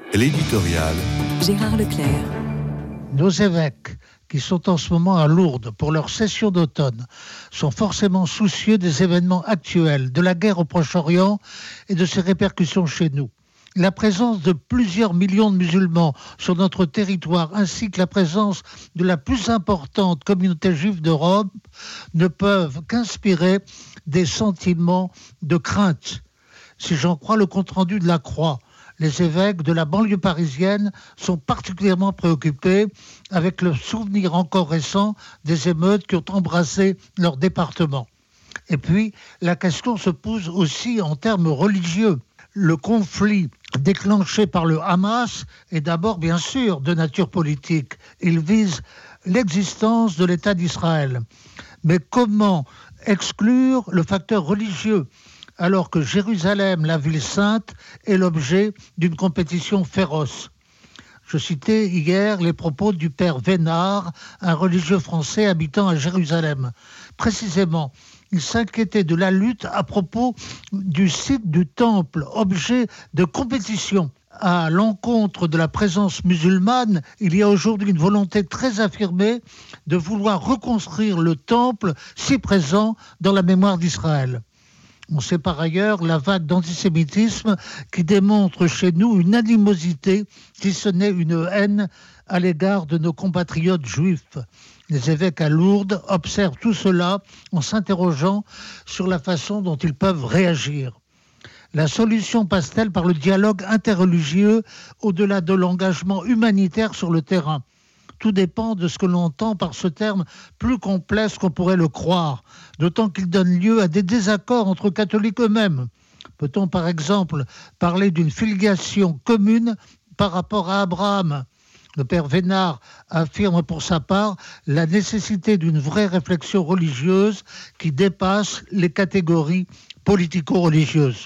L'éditorial. Gérard Leclerc. Nos évêques, qui sont en ce moment à Lourdes pour leur session d'automne, sont forcément soucieux des événements actuels, de la guerre au Proche-Orient et de ses répercussions chez nous. La présence de plusieurs millions de musulmans sur notre territoire, ainsi que la présence de la plus importante communauté juive d'Europe, ne peuvent qu'inspirer des sentiments de crainte. Si j'en crois le compte-rendu de la Croix, les évêques de la banlieue parisienne sont particulièrement préoccupés avec le souvenir encore récent des émeutes qui ont embrasé leur département. Et puis, la question se pose aussi en termes religieux. Le conflit déclenché par le Hamas est d'abord, bien sûr, de nature politique. Il vise l'existence de l'État d'Israël. Mais comment exclure le facteur religieux alors que Jérusalem, la ville sainte, est l'objet d'une compétition féroce? Je citais hier les propos du père Vénard, un religieux français habitant à Jérusalem. Précisément, il s'inquiétait de la lutte à propos du site du temple, objet de compétition. À l'encontre de la présence musulmane, il y a aujourd'hui une volonté très affirmée de vouloir reconstruire le temple si présent dans la mémoire d'Israël. On sait par ailleurs la vague d'antisémitisme qui démontre chez nous une animosité, si ce n'est une haine, à l'égard de nos compatriotes juifs. Les évêques à Lourdes observent tout cela en s'interrogeant sur la façon dont ils peuvent réagir. La solution passe-t-elle par le dialogue interreligieux au-delà de l'engagement humanitaire sur le terrain ? Tout dépend de ce que l'on entend par ce terme plus complexe qu'on pourrait le croire, d'autant qu'il donne lieu à des désaccords entre catholiques eux-mêmes. Peut-on par exemple parler d'une filiation commune par rapport à Abraham ? Le père Vénard affirme pour sa part la nécessité d'une vraie réflexion religieuse qui dépasse les catégories politico-religieuses.